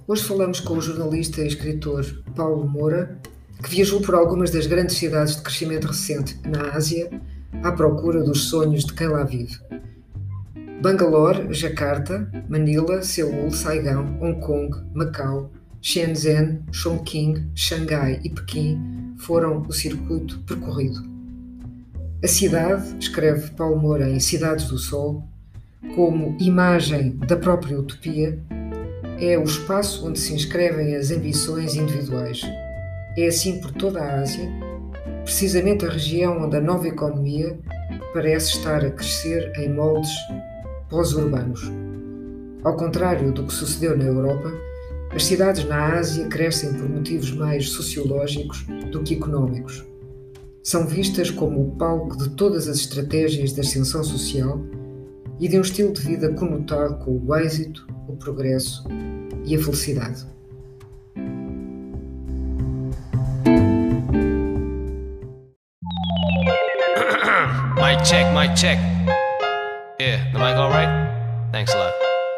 Hoje falamos com o jornalista e escritor Paulo Moura, que viajou por algumas das grandes cidades de crescimento recente na Ásia à procura dos sonhos de quem lá vive. Bangalore, Jakarta, Manila, Seul, Saigão, Hong Kong, Macau, Shenzhen, Chongqing, Xangai e Pequim foram o circuito percorrido. A cidade, escreve Paulo Moura em Cidades do Sol, como imagem da própria utopia, é o espaço onde se inscrevem as ambições individuais. É assim por toda a Ásia, precisamente a região onde a nova economia parece estar a crescer em moldes pós-urbanos. Ao contrário do que sucedeu na Europa, as cidades na Ásia crescem por motivos mais sociológicos do que económicos. São vistas como o palco de todas as estratégias de ascensão social e de um estilo de vida conotado com o êxito, o progresso e a felicidade. Mic check. Yeah, the mic all right? Thanks a lot.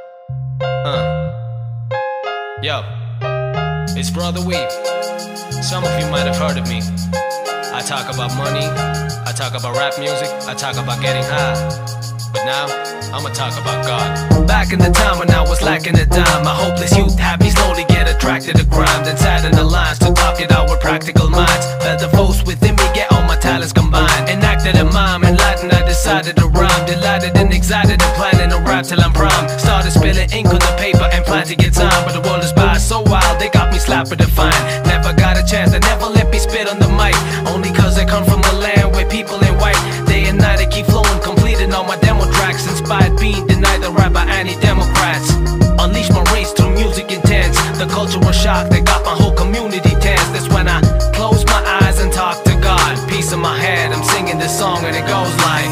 Yo, it's Brother Weave. Some of you might have heard of me. I talk about money, I talk about rap music, I talk about getting high. But now, I'ma talk about God. Back in the time when I was lacking a dime, my hopeless youth had me slowly get attracted to crime. Then sat in the lines to talk it out with practical minds. Felt the force within me, get all my talents combined. Enacted a mime, enlightened, I decided to rhyme. Delighted and excited and planning to rap till I'm prime. Started spilling ink on the paper and plan to get time. But the world is by so wild, they got me slapped with a fine. Never got a chance, they never let me spit on the mic. Only cause I come from a land where people ain't white. Day and night I keep flowing, completing all my demo tracks. Inspired being denied the right by anti-democrats. Unleash my race through music intense. The cultural shock that got my whole community tense. That's when I close my eyes and talk to God. Peace in my head, I'm singing this song and it goes like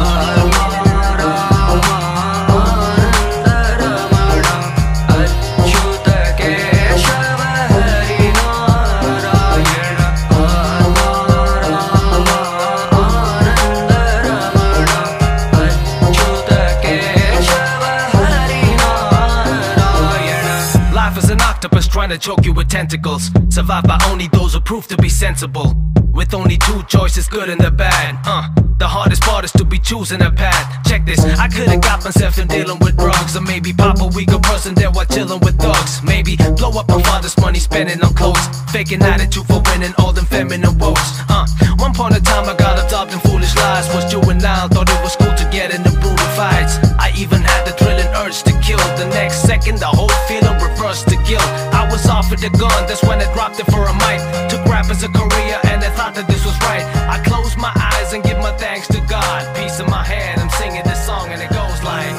trying to choke you with tentacles. Survived by only those who prove to be sensible. With only two choices, good and the bad. The hardest part is to be choosing a path. Check this, I could've got myself in dealing with drugs. Or maybe pop a weaker person there while chilling with thugs. Maybe blow up my father's money spending on clothes. Faking attitude for winning all them feminine votes. One point of time I got absorbed in foolish lies. Was juvenile, thought it was cool to get into brutal fights. I even had the thrilling urge to kill. The next second the whole feeling reversed to guilt. I was offered a gun, that's when I dropped it for a mic. Took rap as a career and I thought that this was right. I closed my eyes and give my thanks to God. Peace in my head, I'm singing this song and it goes like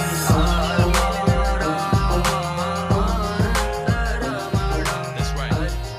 that's right.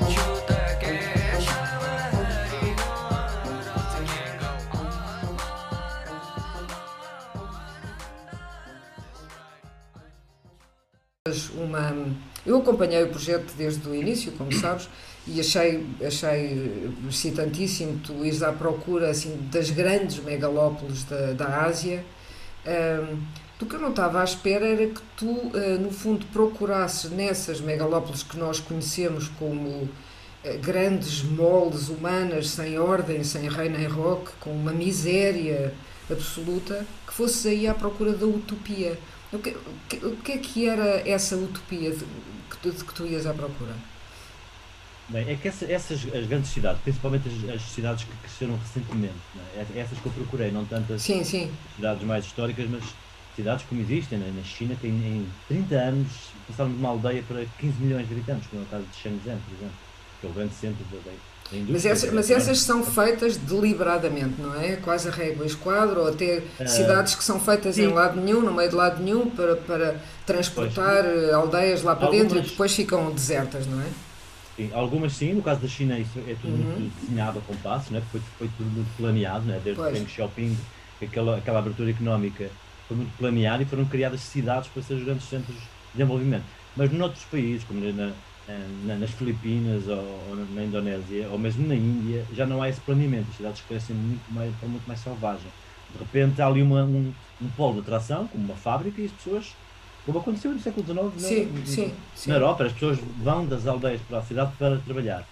Eu acompanhei o projeto desde o início, como sabes, e achei excitantíssimo tu ires à procura assim, das grandes megalópolis da Ásia. Do que eu não estava à espera era que tu, no fundo, procurasses nessas megalópolis que nós conhecemos como grandes moles humanas, sem ordem, sem rei nem roque, com uma miséria absoluta, que fosses aí à procura da utopia. O que é que era essa utopia de que tu ias à procura? Bem, é que essas as grandes cidades, principalmente as cidades que cresceram recentemente, não é? Essas que eu procurei, não tantas Sim. cidades mais históricas, mas cidades como existem, não é? Na China, que em 30 anos passaram de uma aldeia para 15 milhões de habitantes, como é o caso de Shenzhen, por exemplo, que é o grande centro da indústria. Mas essas são feitas deliberadamente, não é? Quase a régua e esquadro, ou até cidades que são feitas sim. Em lado nenhum, no meio de lado nenhum, para transportar aldeias lá para dentro e depois ficam desertas, não é? Sim, algumas sim, no caso da China isso é tudo muito desenhado a compasso, né? Foi tudo muito planeado, né? Desde o Deng Xiaoping, aquela abertura económica foi muito planeada e foram criadas cidades para ser os grandes centros de desenvolvimento. Mas noutros países, como nas Filipinas ou na Indonésia, ou mesmo na Índia, já não há esse planeamento, as cidades crescem muito mais selvagem. De repente há ali um polo de atração, como uma fábrica, e as pessoas como aconteceu no século XIX Sim. na Europa, as pessoas vão das aldeias para a cidade para trabalhar.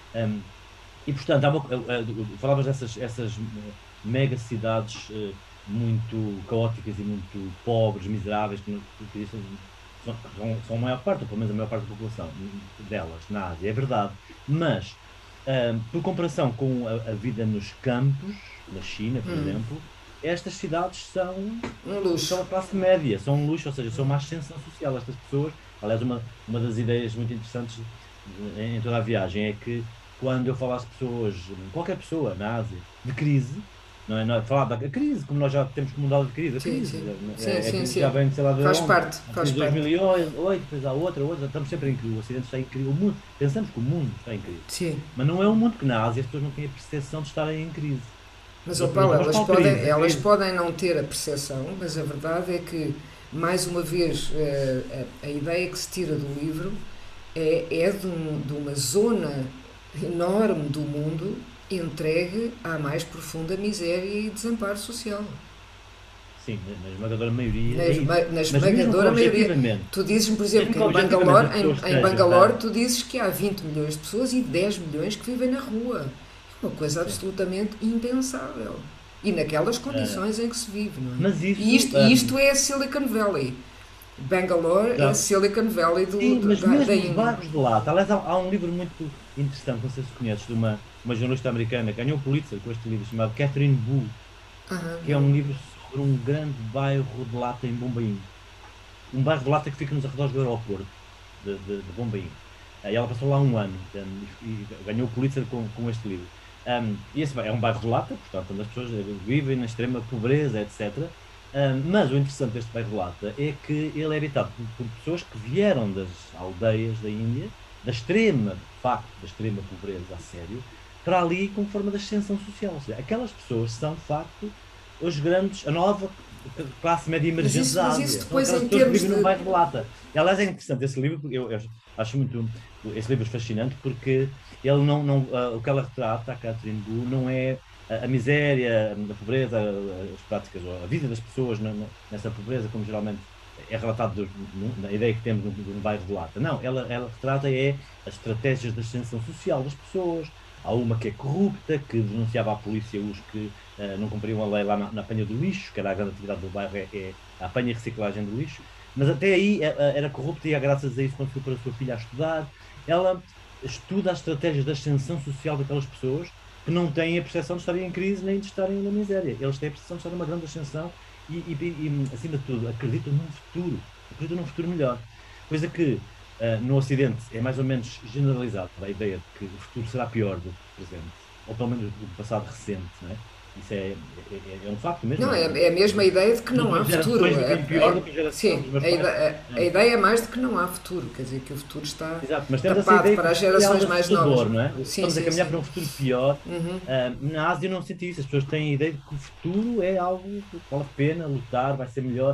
E portanto, falavas essas mega cidades muito caóticas e muito pobres, miseráveis, que são a maior parte, ou pelo menos a maior parte da população delas na Ásia, é verdade. Mas, por comparação com a vida nos campos, na China, por exemplo, estas cidades são a classe média, são um luxo, ou seja, são uma ascensão social. Estas pessoas, aliás, uma das ideias muito interessantes em toda a viagem é que quando eu falo às pessoas, qualquer pessoa na Ásia, de crise, não é falar da crise, como nós já temos como mudar de crise, a crise Sim. já vem, sei lá, Faz parte. 2008, depois há outra, estamos sempre em crise, o Ocidente está em crise, o mundo, pensamos que o mundo está em crise. Sim. Mas não é um mundo que na Ásia as pessoas não têm a percepção de estarem em crise. Mas, elas podem não ter a percepção, mas a verdade é que, mais uma vez, a ideia que se tira do livro é de uma zona enorme do mundo entregue à mais profunda miséria e desamparo social. Sim, na esmagadora maioria. Na esmagadora maioria. Tu dizes-me, por exemplo, que em Bangalore tu dizes que há 20 milhões de pessoas e 10 milhões que vivem na rua. Uma coisa absolutamente impensável. E naquelas condições em que se vive, não é? Mas isto é a Silicon Valley. Bangalore é a Silicon Valley da Índia. Bairros de lá. Aliás, há um livro muito interessante, não sei se conheces, de uma jornalista americana que ganhou o Pulitzer com este livro chamado Catherine Bu, que é um livro sobre um grande bairro de lata em Bombaim. Um bairro de lata que fica nos arredores do aeroporto de Bombaim. E ela passou lá um ano e ganhou o Pulitzer com este livro. E esse é um bairro de lata, portanto, onde as pessoas vivem na extrema pobreza, etc. Mas o interessante deste bairro de lata é que ele é habitado por pessoas que vieram das aldeias da Índia, da extrema pobreza a sério, para ali como forma de ascensão social. Ou seja, aquelas pessoas são, de facto, a nova classe média emergente da Ásia. Mas isso depois são em pessoas que termos vivem num bairro de lata. E, aliás, é interessante esse livro, porque eu acho muito esse livro fascinante, porque ele o que ela retrata, a Catherine Bu, não é a miséria, a pobreza, as práticas, a vida das pessoas nessa pobreza, como geralmente é relatado na ideia que temos no bairro de lata. Não, ela retrata as estratégias de ascensão social das pessoas. Há uma que é corrupta, que denunciava à polícia os que não cumpriam a lei lá na apanha do lixo, que era a grande atividade do bairro, é a apanha e reciclagem do lixo. Mas até aí era corrupta e, graças a isso, conseguiu pôr a sua filha a estudar. Ela estuda as estratégias de ascensão social daquelas pessoas que não têm a percepção de estarem em crise nem de estarem na miséria. Eles têm a percepção de estarem numa grande ascensão e, acima de tudo, acreditam num futuro melhor. Coisa que no Ocidente é mais ou menos generalizado a ideia de que o futuro será pior do que o presente, ou pelo menos do passado recente, não é? Isso é um facto mesmo. Não, é a mesma ideia de que não há futuro. Sim, a ideia é mais de que não há futuro, quer dizer, que o futuro está tapado para as gerações mais novas. Não é? Estamos a caminhar para um futuro pior. Na Ásia eu não senti isso, as pessoas têm a ideia de que o futuro é algo que vale a pena lutar, vai ser melhor.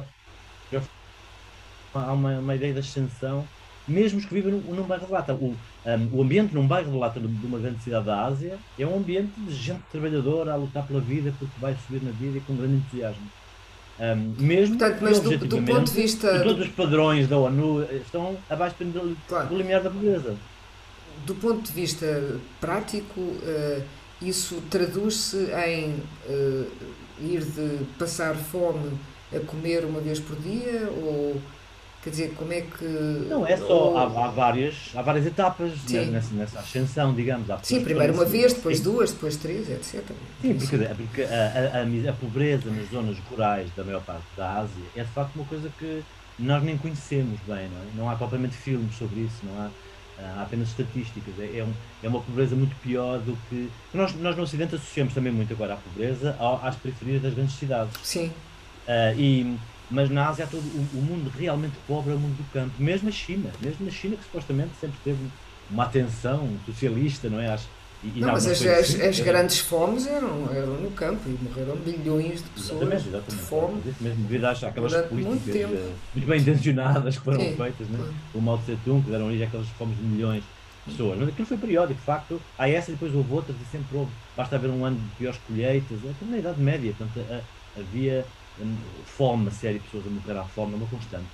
Há uma ideia de ascensão, mesmo os que vivem num bairro de lata. O ambiente num bairro de lata de uma grande cidade da Ásia é um ambiente de gente trabalhadora a lutar pela vida, porque vai subir na vida e com grande entusiasmo. Mesmo, portanto, mas do ponto de vista... Todos os padrões da ONU estão abaixo do limiar da pobreza. Do ponto de vista prático, isso traduz-se em ir de passar fome a comer uma vez por dia, ou... Quer dizer, como é que... Não é só, há várias etapas nessa ascensão, digamos. Sim, primeiro uma vez, depois duas, depois três, etc. Sim, porque a pobreza nas zonas rurais da maior parte da Ásia é de facto uma coisa que nós nem conhecemos bem, não é? Não há propriamente filmes sobre isso, há apenas estatísticas. É uma pobreza muito pior do que... Nós no Ocidente associamos também muito agora a pobreza às periferias das grandes cidades. Sim. Mas na Ásia todo o mundo realmente pobre é o mundo do campo, mesmo a China que supostamente sempre teve uma atenção socialista, não é? Mas as grandes fomes eram no campo e morreram milhões de pessoas exatamente. De fome. Mesmo devido àquelas políticas muito bem intencionadas que foram feitas, não é? O Mao Tse-tung, que deram origem àquelas fomes de milhões de pessoas. Mas aquilo foi periódico, de facto. Há essa e depois houve outras e sempre houve. Basta haver um ano de piores colheitas. É como na Idade Média, portanto, havia fome, uma série de pessoas a morrer à fome, é uma constante.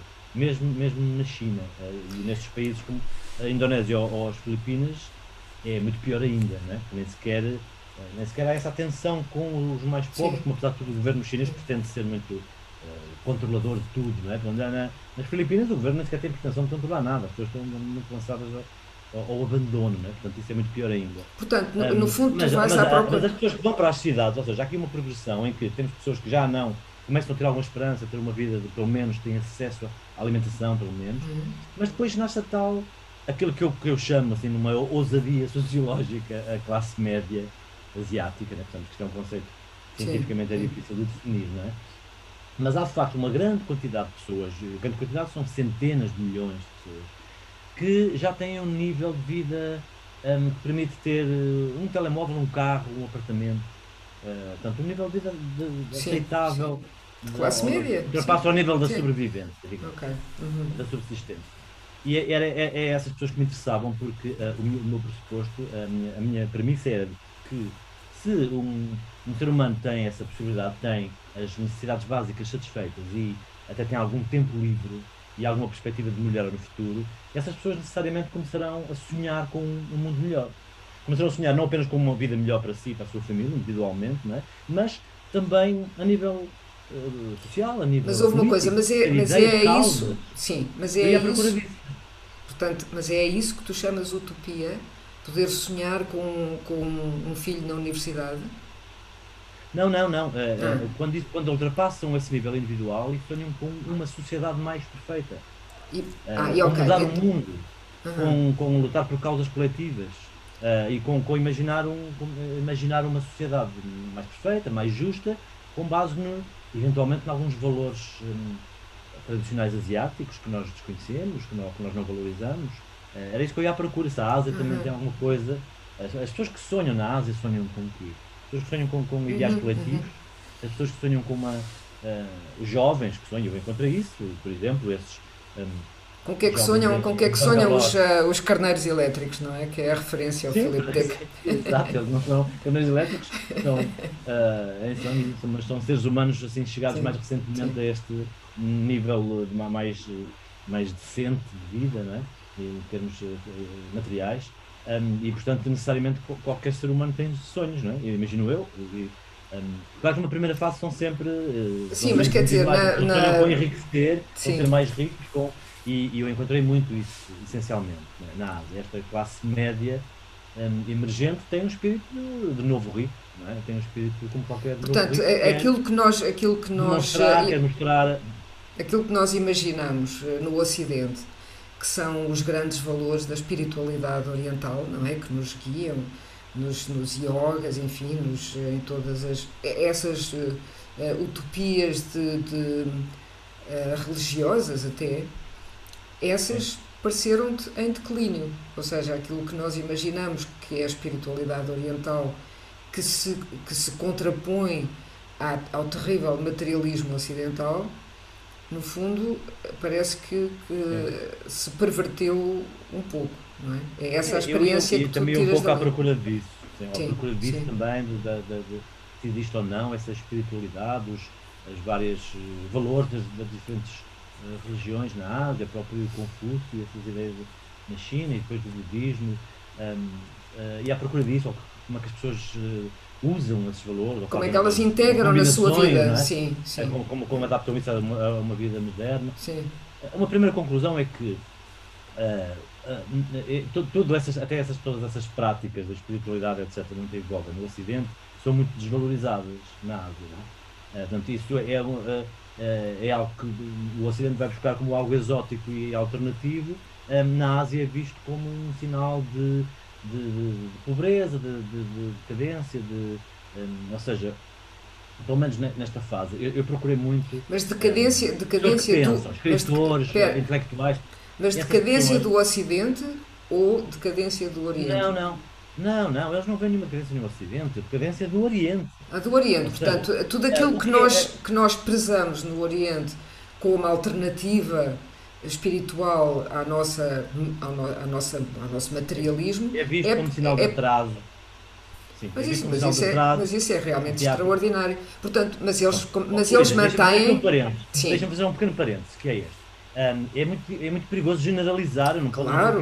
Mesmo na China e nestes países como a Indonésia ou as Filipinas, é muito pior ainda, né? Nem sequer há essa atenção com os mais pobres, como apesar de tudo o governo chinês pretende ser muito controlador de tudo, não é? Nas Filipinas o governo nem sequer tem pretensão de controlar nada, as pessoas estão muito lançadas ao abandono, não é? Portanto isso é muito pior ainda. Portanto, no fundo tu vais à procura... Mas as pessoas que vão para as cidades, ou seja, há aqui uma progressão em que temos pessoas que já não começam a ter alguma esperança, a ter uma vida de, pelo menos, têm acesso à alimentação, pelo menos, mas depois nasce aquilo que eu chamo, assim, numa ousadia sociológica, a classe média asiática, né? Portanto, que é um conceito que cientificamente é difícil de definir, não é? Mas há, de facto, uma grande quantidade de pessoas, grande quantidade são centenas de milhões de pessoas, que já têm um nível de vida que permite ter um telemóvel, um carro, um apartamento, portanto, um nível de vida aceitável. Classe média. Ultrapassa ao nível da sobrevivência, digamos, da subsistência. E é essas pessoas que me interessavam, porque o meu pressuposto, a minha premissa era que se um ser humano tem essa possibilidade, tem as necessidades básicas satisfeitas e até tem algum tempo livre e alguma perspectiva de melhora no futuro, essas pessoas necessariamente começarão a sonhar com um mundo melhor. Começarão a sonhar não apenas com uma vida melhor para si, para a sua família, individualmente, não é? Mas também a nível social, a nível Mas houve uma coisa, mas é isso. Sim, mas é isso. Portanto, mas é isso que tu chamas utopia? Poder sonhar com um filho na universidade? Não. Quando ultrapassam esse nível individual e sonham com uma sociedade mais perfeita. Com mudar o mundo, com lutar por causas coletivas e com imaginar uma sociedade mais perfeita, mais justa, com base eventualmente em alguns valores tradicionais asiáticos que nós desconhecemos, que nós não valorizamos. Era isso que eu ia à procura. Se a Ásia também tem alguma coisa. As pessoas que sonham na Ásia sonham com o quê? As pessoas que sonham com ideais coletivos, as pessoas que sonham com os jovens que sonham, eu encontrei isso, por exemplo, esses. Com o que é que sonham os carneiros elétricos, não é? Que é a referência ao Philip Dick. Exato, eles não são carneiros elétricos, mas são seres humanos assim, chegados mais recentemente a este nível mais decente de vida, não é? Em termos materiais, e portanto necessariamente qualquer ser humano tem sonhos, não é? Eu imagino eu. Claro que na primeira fase são sempre sim, mas quer dizer, sonham com enriquecer, com ser mais ricos, e eu encontrei muito isso essencialmente na Ásia. Esta classe média emergente tem um espírito de novo rico, não é? Tem um espírito como qualquer novo rico. Portanto, aquilo que nós imaginamos no Ocidente, que são os grandes valores da espiritualidade oriental, não é? Que nos guiam nos yogas, enfim, em todas essas utopias religiosas até, essas pareceram-te em declínio. Ou seja, aquilo que nós imaginamos que é a espiritualidade oriental que se contrapõe ao terrível materialismo ocidental, no fundo, parece que se perverteu um pouco, não é? É essa a experiência que tu também tiras um pouco da... à procura disso. À procura disso também, se existe ou não essa espiritualidade, os vários valores das diferentes religiões na Ásia, próprio Confúcio, essas ideias na China e depois do budismo, e à procura disso, como é que as pessoas usam esses valores, como é que elas integram na sua vida, é? Sim. Como adaptam isso a uma vida moderna. Sim. Uma primeira conclusão é que todas essas práticas da espiritualidade, etc., não tem igual no Ocidente, são muito desvalorizadas na Ásia, não é? Portanto, isso é algo que o Ocidente vai buscar como algo exótico e alternativo. Na Ásia é visto como um sinal de pobreza, de decadência, ou seja, pelo menos nesta fase, eu procurei muito. Mas decadência escritores, intelectuais. Mas decadência do Ocidente ou decadência do Oriente? Não, eles não veem nenhuma decadência no Ocidente, decadência do Oriente. Do Oriente, portanto, tudo aquilo que nós prezamos no Oriente como alternativa espiritual ao nosso materialismo é visto como sinal de atraso. sim. Mas isso é realmente extraordinário. Portanto, mas eles mantêm. Deixa-me fazer um pequeno parênteses, que é este. É muito perigoso generalizar. Não claro.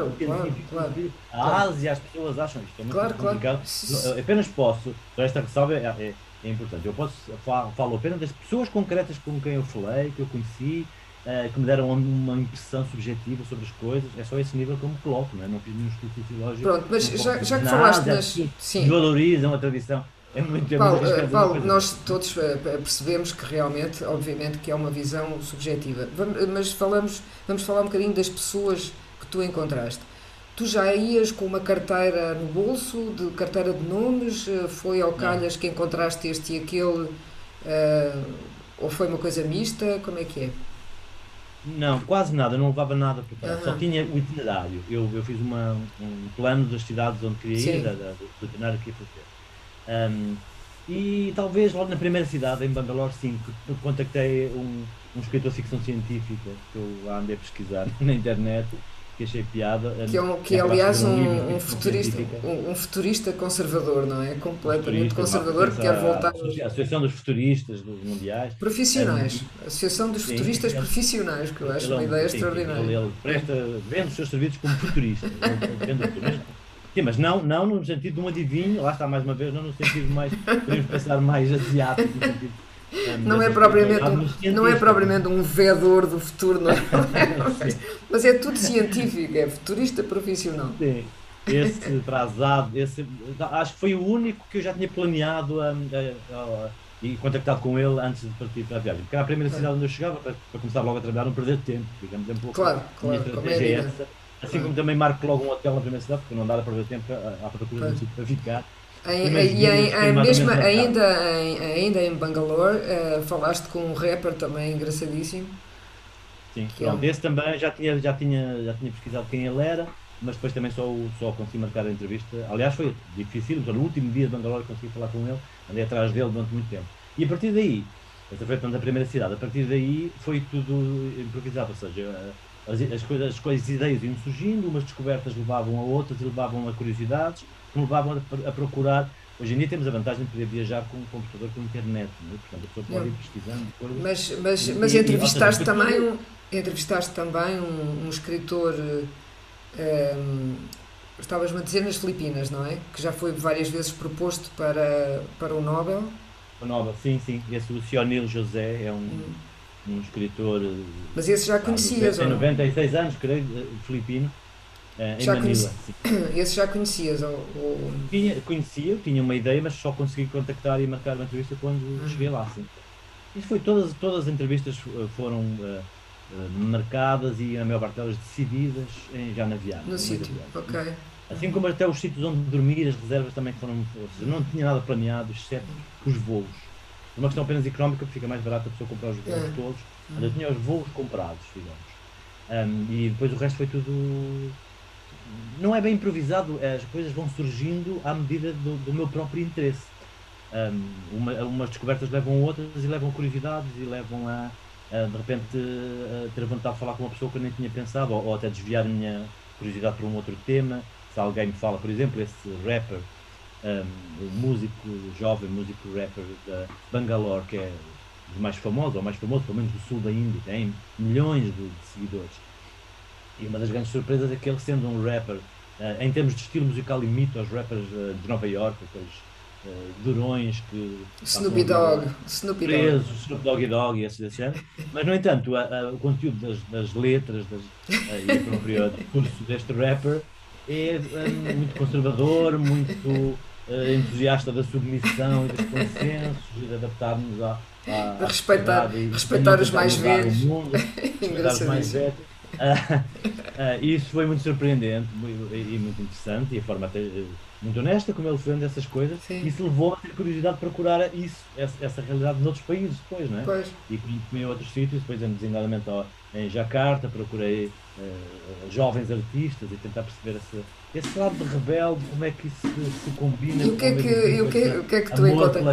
A Ásia, as pessoas acham isto. É muito complicado. Apenas posso, esta ressalva é importante. Eu falo apenas das pessoas concretas com quem eu falei, que eu conheci, que me deram uma impressão subjetiva sobre as coisas. É só esse nível que eu me coloco, não fiz nenhum estudo sociológico. Pronto, mas já que falaste nas. Sim. Valorizam a tradição. Paulo, nós todos percebemos que realmente, obviamente, que é uma visão subjetiva. Mas vamos falar um bocadinho das pessoas que tu encontraste. Tu já ias com uma carteira no bolso, de carteira de nomes? Foi ao calhas que encontraste este e aquele? Ou foi uma coisa mista? Como é que é? Não, quase nada, não levava nada preparado, só tinha o itinerário. Eu fiz um plano das cidades onde queria ir, do itinerário que ia fazer. E talvez logo na primeira cidade, em Bangalore, sim, que contactei um escritor de ficção científica que eu lá andei a pesquisar na internet, que achei piada. Que é aliás um futurista conservador, não é? Completamente conservador, que quer voltar. A Associação dos Futuristas dos Mundiais. Profissionais. A Associação dos Futuristas Profissionais, que eu acho uma ideia extraordinária. Ele vende os seus serviços como futurista. Sim, mas não no sentido de um adivinho, lá está mais uma vez, não no sentido mais, podemos pensar mais asiático, no sentido, não é propriamente um vedor do futuro, não é? Mas é tudo científico, é futurista profissional. Sim, esse trazado, acho que foi o único que eu já tinha planeado e contactado com ele antes de partir para a viagem, porque era a primeira cidade onde eu chegava, para começar logo a trabalhar, não perder tempo, digamos, um pouco. Claro, Assim como também marco logo um hotel na primeira cidade, porque não dá para perder tempo à procura de um sítio para ficar. Ainda em Bangalore, falaste com um rapper também engraçadíssimo. Sim, pronto, esse também já tinha pesquisado quem ele era, mas depois também só consegui marcar a entrevista. Aliás, foi difícil, então, no último dia de Bangalore consegui falar com ele, andei atrás dele durante muito tempo. E a partir daí, essa foi a primeira cidade, a partir daí foi tudo improvisado, ou seja, as ideias iam surgindo, umas descobertas levavam a outras e levavam a curiosidades, que me levavam a procurar. Hoje em dia temos a vantagem de poder viajar com um computador, com a internet, não é? Portanto, a pessoa pode ir pesquisando coisas. Mas entrevistaste também um escritor, estavas-me a dizer, nas Filipinas, não é? Que já foi várias vezes proposto para o Nobel. O Nobel, sim. Esse, o Sionil José, é um escritor. Mas esse já conhecias, tem 96 anos, creio, filipino, em Manila. Esse já conhecias? Conhecia, tinha uma ideia, mas só consegui contactar e marcar uma entrevista quando cheguei lá. Sim. Isso foi, todas as entrevistas foram marcadas e a maior parte delas decididas já na viagem. No sítio, ok. Assim como até os sítios onde dormir, as reservas também foram. Não tinha nada planeado, exceto os voos. Uma questão apenas económica, porque fica mais barato a pessoa comprar os voos todos. Eu tinha os voos comprados, digamos. E depois o resto foi tudo. Não é bem improvisado, as coisas vão surgindo à medida do meu próprio interesse. Umas descobertas levam a outras e levam a curiosidades e levam a de repente, ter vontade de falar com uma pessoa que eu nem tinha pensado, ou até desviar a minha curiosidade para um outro tema. Se alguém me fala, por exemplo, esse rapper, jovem músico rapper da Bangalore, que é dos mais famosos, ou mais famoso, pelo menos do sul da Índia, tem milhões de seguidores. E uma das grandes surpresas é que ele, sendo um rapper, em termos de estilo musical, imita os rappers de Nova York, aqueles durões que... Snoop Dogg Dogg e esse género. Mas, no entanto, o conteúdo das letras e o próprio discurso deste rapper é muito conservador, muito entusiasta da submissão e dos consensos, e de adaptar-nos a respeitar os mais velhos. Isso foi muito surpreendente e muito interessante, e a forma até muito honesta como ele fez essas coisas. Sim. Isso levou a ter curiosidade de procurar essa realidade noutros países depois, não é? Pois. E conheci outros sítios, depois designadamente em Jacarta, procurei jovens artistas e tentar perceber esse lado de rebelde, como é que isso se combina. E o que é que tu encontras?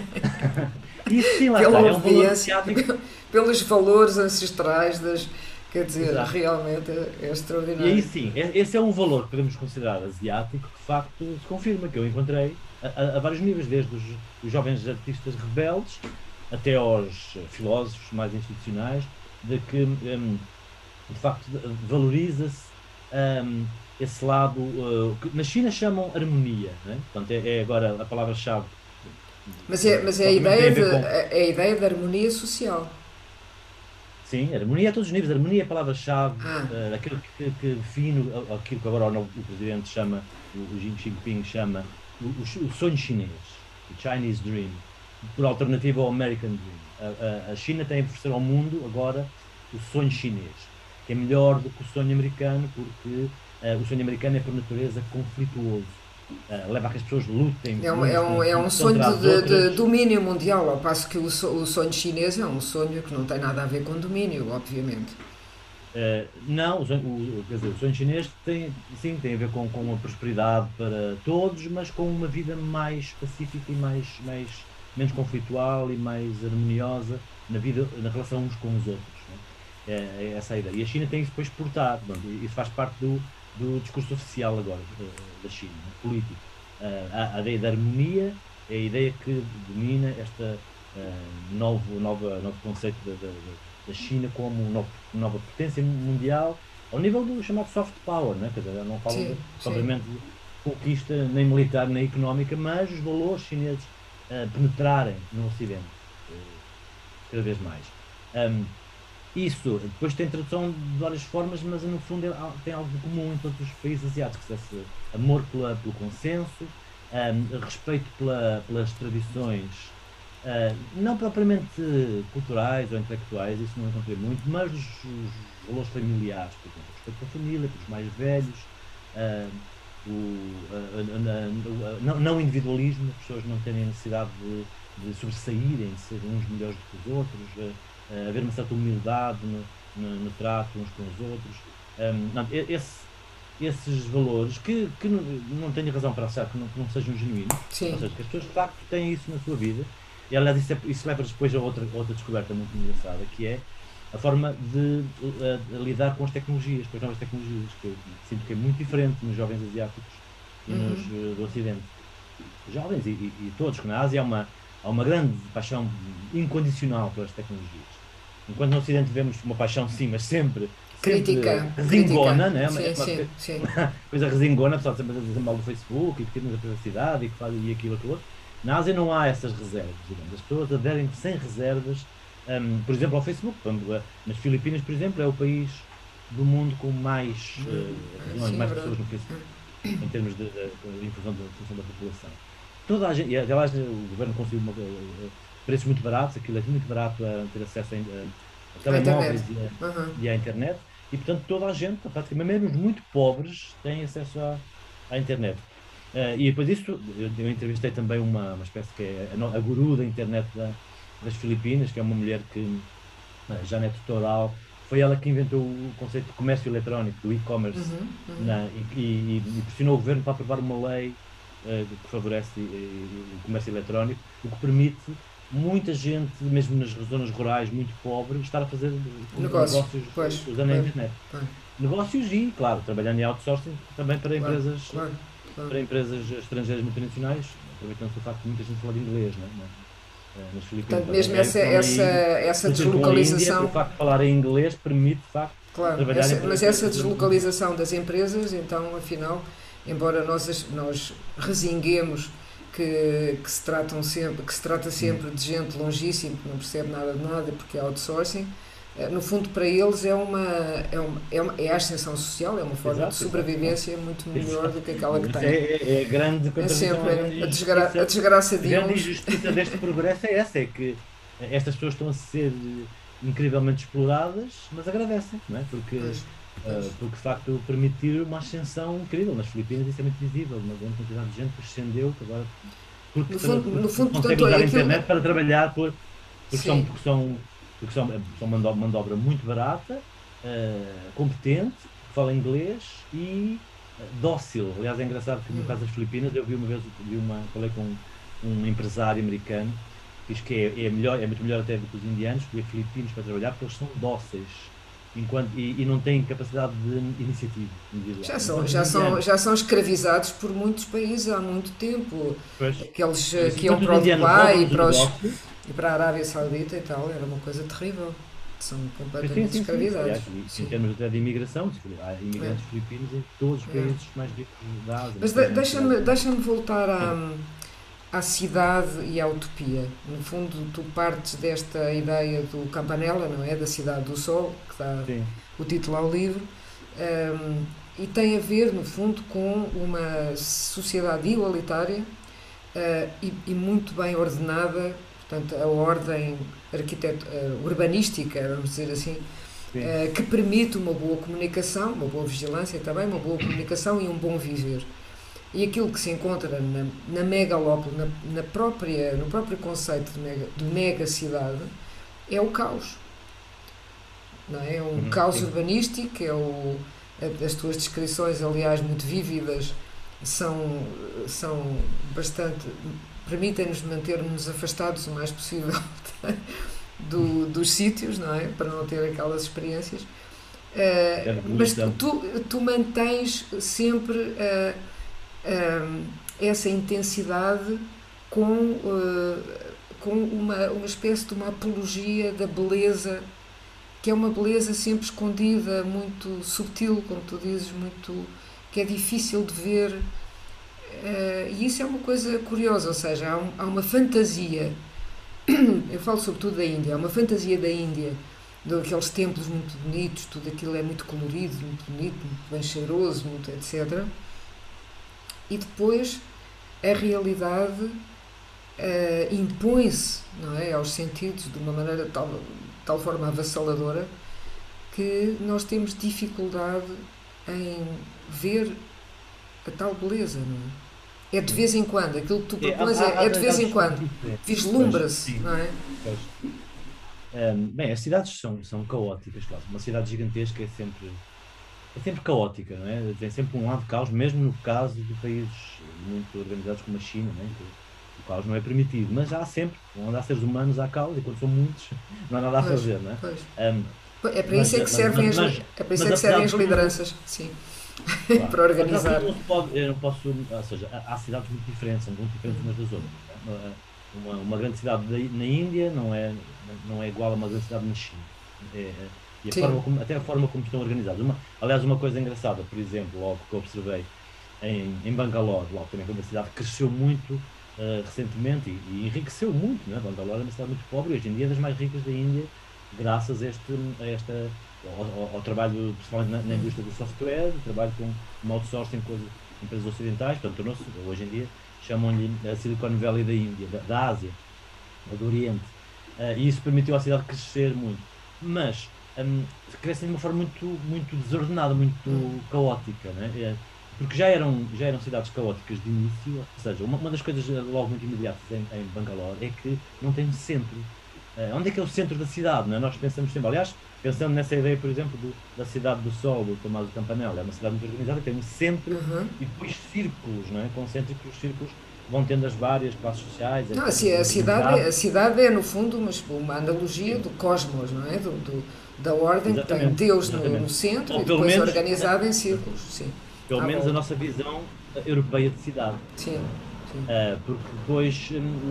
Isso sim, lá pela está, obediência, pelos valores ancestrais Quer dizer, Exato. realmente é E extraordinário. aí sim, esse é um valor que podemos considerar asiático, que de facto se confirma, que eu encontrei a vários níveis, desde os jovens artistas rebeldes até aos filósofos mais institucionais, de que de facto valoriza-se esse lado, que na China chamam harmonia, não é? Portanto, é agora a palavra-chave, Mas é propriamente tem a ver com. é a ideia de harmonia social. Sim, harmonia a todos os níveis. Harmonia é a palavra-chave, Ah, aquilo que define aquilo que agora o presidente chama, o Xi Jinping chama, o sonho chinês, o Chinese Dream, por alternativa ao American Dream. A China tem a oferecer ao mundo agora o sonho chinês, que é melhor do que o sonho americano, porque o sonho americano é por natureza conflituoso. Leva a que as pessoas lutem umas é um sonho contra as outras. de domínio mundial, ao passo que o sonho chinês é um sonho que não tem nada a ver com domínio, obviamente. Não, quer dizer, o sonho chinês tem, sim, tem a ver com a prosperidade para todos, mas com uma vida mais pacífica e menos conflitual e mais harmoniosa na vida, na relação uns com os outros. Né? É essa a ideia. E a China tem isso depois exportado. Pronto, isso faz parte do discurso oficial agora da China, né, político. A ideia da harmonia é a ideia que domina esta novo conceito da China como nova potência mundial, ao nível do chamado soft power, né? Quer dizer, não falam Sim, sim. propriamente de conquista nem militar nem económica, mas os valores chineses penetrarem no Ocidente cada vez mais. Um, Isso depois tem tradução de várias formas, mas no fundo tem algo de comum em todos os países asiáticos, esse amor pelo consenso, respeito pelas tradições, não propriamente culturais ou intelectuais, isso não encontrei muito, mas os valores familiares, por exemplo, respeito pela família, pelos mais velhos, ah, não individualismo, as pessoas não terem a necessidade de sobressaírem, de serem uns melhores do que os outros, haver uma certa humildade no trato uns com os outros. Não, esses valores que não tenho razão para achar que não sejam genuínos, ou Sim. seja, que as pessoas de facto têm isso na sua vida, e aliás isso leva depois a outra descoberta muito engraçada, que é a forma de lidar com as tecnologias, com as novas tecnologias, que eu sinto que é muito diferente nos jovens asiáticos e nos do Ocidente. Jovens e todos, que na Ásia há uma grande paixão incondicional pelas tecnologias. Enquanto no Ocidente vemos uma paixão sim, mas sempre Crítica. resingona, né? Sim, Uma sim, sim. coisa resingona, pessoal sempre a dizer mal do Facebook e que temos a privacidade e que faz e aquilo, aquilo outro. Na Ásia não há essas reservas, digamos. As pessoas aderem sem reservas, por exemplo, ao Facebook. Nas Filipinas, por exemplo, é o país do mundo com mais, Sim, é mais verdade. pessoas no Facebook, em termos de influência da população. Toda a gente, e aliás, o governo conseguiu preços muito baratos, aquilo é muito barato a ter acesso a A internet. telemóveis Uhum. e à internet, e portanto toda a gente, praticamente mesmo os muito pobres, têm acesso à internet. E depois disso, eu entrevistei também uma espécie que é a guru da internet das Filipinas, que é uma mulher que, Janete Toral, foi ela que inventou o conceito de comércio eletrónico, do e-commerce, e pressionou o governo para aprovar uma lei que favorece o comércio eletrónico, o que permite muita gente, mesmo nas zonas rurais muito pobres, estar a fazer Negócio. negócios Pois, usando a pois, internet. pois. Negócios e, claro, trabalhando em outsourcing também Claro, claro, claro. para empresas estrangeiras multinacionais, aproveitando-se o facto de muita gente falar inglês, nas Filipinas. Portanto, mesmo essa Por exemplo, com a Índia, o deslocalização, facto de falar em inglês permite, de facto, claro, trabalhar em mas essa deslocalização das empresas, então, afinal, embora nós resinguemos que que se trata sempre de gente longíssima que não percebe nada de nada porque é outsourcing, no fundo para eles é a ascensão social, é uma forma de sobrevivência muito melhor do que aquela que Isso têm. é a grande É contradição, sempre a desgraça a de grande uns. injustiça deste progresso é essa, é que estas pessoas estão a ser incrivelmente exploradas, mas agradecem, não é? Pois, pois. Porque de facto permitir uma ascensão incrível. Nas Filipinas isso é muito visível, uma grande quantidade de gente que ascendeu, que agora No fundo, consegue portanto, usar a aquilo. internet para trabalhar Sim. porque são mão de obra muito barata, competente, que fala inglês e dócil. Aliás, é engraçado que no caso das Filipinas eu vi uma vez, falei com um empresário americano que diz que é muito melhor até do que os indianos, que os filipinos para trabalhar, porque eles são dóceis. e não têm capacidade de iniciativa individual. Já são escravizados por muitos países há muito tempo. Pois, Aqueles mas que iam enquanto os para o indianos Dubai roubam-nos o negócio, e para a Arábia Saudita e tal, era uma coisa terrível. São completamente sim. escravizados. Aliás, em termos até de imigração, há imigrantes É. filipinos em todos os países mais ricos da Ásia. Mas deixa-me voltar à cidade e à utopia. No fundo, tu partes desta ideia do Campanella, não é? Da Cidade do Sol, que dá o título ao livro, e tem a ver, no fundo, com uma sociedade igualitária e muito bem ordenada, portanto, a ordem urbanística, vamos dizer assim, que permite uma boa comunicação, uma boa vigilância também, uma boa comunicação e um bom viver. E aquilo que se encontra na megalópole, no próprio conceito de mega cidade, é o caos. Não é? É um caos urbanístico, as tuas descrições, aliás, muito vívidas, são bastante... permitem-nos manter-nos afastados o mais possível dos sítios, não é? Para não ter aquelas experiências. Mas tu mantens sempre essa intensidade com uma espécie de uma apologia da beleza, que é uma beleza sempre escondida, muito subtil, como tu dizes, que é difícil de ver. E isso é uma coisa curiosa, ou seja, há uma fantasia, eu falo sobretudo da Índia, há uma fantasia da Índia, daqueles templos muito bonitos, tudo aquilo é muito colorido, muito bonito, muito bem cheiroso, muito etc. E depois a realidade impõe-se, não é, aos sentidos de uma maneira de tal forma avassaladora que nós temos dificuldade em ver a tal beleza, não é? É de vez em quando, aquilo que tu propões é de vez em quando, vislumbra-se, não é? Bem, as cidades são caóticas, claro. Uma cidade gigantesca é sempre caótica, não é? Tem sempre um lado de caos, mesmo no caso de países muito organizados como a China, não é? O caos não é permitido, mas há sempre, onde há seres humanos há caos, e quando são muitos não há nada a fazer, não é? É para isso que servem as lideranças, sim. Claro. Para organizar. Eu não posso, ou seja, há cidades muito diferentes, são muito diferentes umas das outras. Uma grande cidade na Índia não é igual a uma grande cidade na China. Até a forma como estão organizadas. Aliás, uma coisa engraçada, por exemplo, logo que eu observei em Bangalore, logo também foi uma cidade que cresceu muito recentemente e enriqueceu muito, não é? Bangalore é uma cidade muito pobre e hoje em dia é das mais ricas da Índia, graças ao trabalho, principalmente na indústria do software, trabalho com outsourcing com as empresas ocidentais, portanto, tornou-se, hoje em dia, chamam-lhe a Silicon Valley da Índia, da Ásia, ou do Oriente, e isso permitiu à cidade crescer muito, mas crescem de uma forma muito desordenada, muito caótica, né? Porque já eram cidades caóticas de início, ou seja, uma das coisas logo muito imediatas em Bangalore é que não tem um centro. Onde é que é o centro da cidade? Não é? Nós pensamos sempre, aliás, pensando nessa ideia, por exemplo, da Cidade do Sol, do Tommaso Campanella, é uma cidade muito organizada, tem um centro e depois círculos, não é? Concêntricos, os círculos vão tendo as várias classes sociais. Não, a cidade é, no fundo, uma analogia do cosmos, não é? Da ordem, que tem Deus no centro e depois menos, organizada em círculos. Sim. Pelo menos a nossa visão europeia de cidade. Sim. Porque depois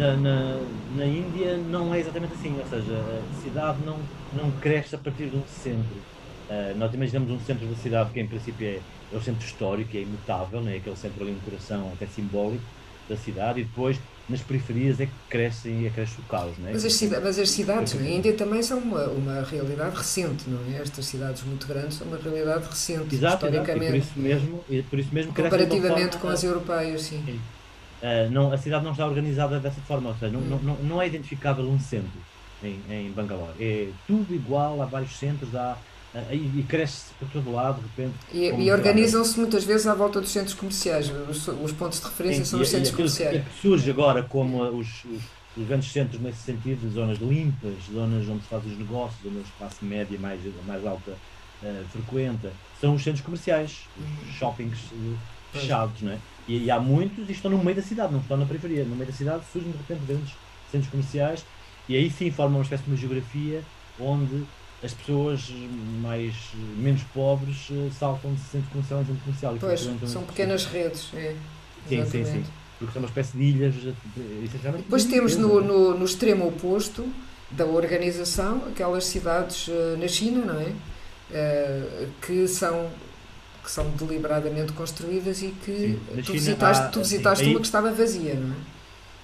na Índia não é exatamente assim, ou seja, a cidade não cresce a partir de um centro. Nós imaginamos um centro da cidade que em princípio é o centro histórico, que é imutável, né? Aquele centro ali no coração até simbólico da cidade, e depois nas periferias é que cresce o caos. Né? Mas as cidades na Índia também são uma realidade recente, não é? Estas cidades muito grandes são uma realidade recente, historicamente. E por isso mesmo comparativamente com as europeias, sim. A cidade não está organizada dessa forma, ou seja, não é identificável um centro em Bangalore. É tudo igual, há vários centros, e cresce por todo lado, de repente. E organizam-se muitas vezes à volta dos centros comerciais. Os pontos de referência são os centros comerciais. Que surge agora como os grandes centros nesse sentido, zonas limpas, zonas onde se fazem os negócios, onde a classe média mais alta frequenta, são os centros comerciais, os shoppings fechados, não é? E há muitos e estão no meio da cidade, não estão na periferia. No meio da cidade surgem de repente grandes centros comerciais e aí sim formam uma espécie de uma geografia onde as pessoas menos pobres saltam de centro comercial em centro comercial. Pois, são pequenas redes. Sim. Porque são uma espécie de ilhas, essencialmente. Depois temos no extremo oposto da organização aquelas cidades na China, não é? Que são deliberadamente construídas e que tu visitaste uma que estava vazia, não é?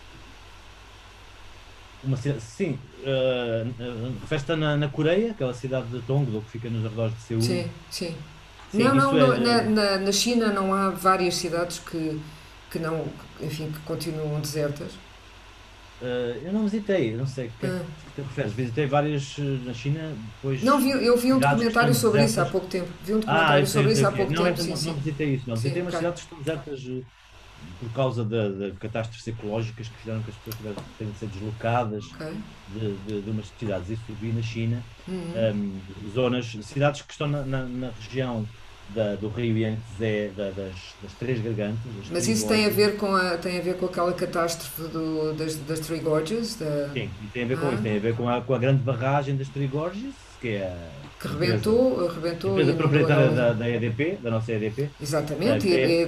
Sim, festa na Coreia, aquela cidade de Tongdo que fica nos arredores de Seul. Sim. Na China não há várias cidades que não, enfim, que continuam desertas. Eu não visitei, não sei o que te referes. Visitei várias na China, depois. Não, eu vi um documentário sobre isso há pouco tempo. Não visitei isso, não. Visitei umas cidades que estão desertas por causa de catástrofes ecológicas que fizeram que as pessoas tenham de ser deslocadas de umas cidades. Isso vi na China. Cidades que estão na região do rio Yangtze, das Três Gargantas. Mas isso tem a ver com aquela catástrofe das Three Gorges? Sim, tem a ver com isso. Tem a ver com a grande barragem das Three Gorges, que rebentou. A empresa proprietária da EDP, da nossa EDP. Exatamente.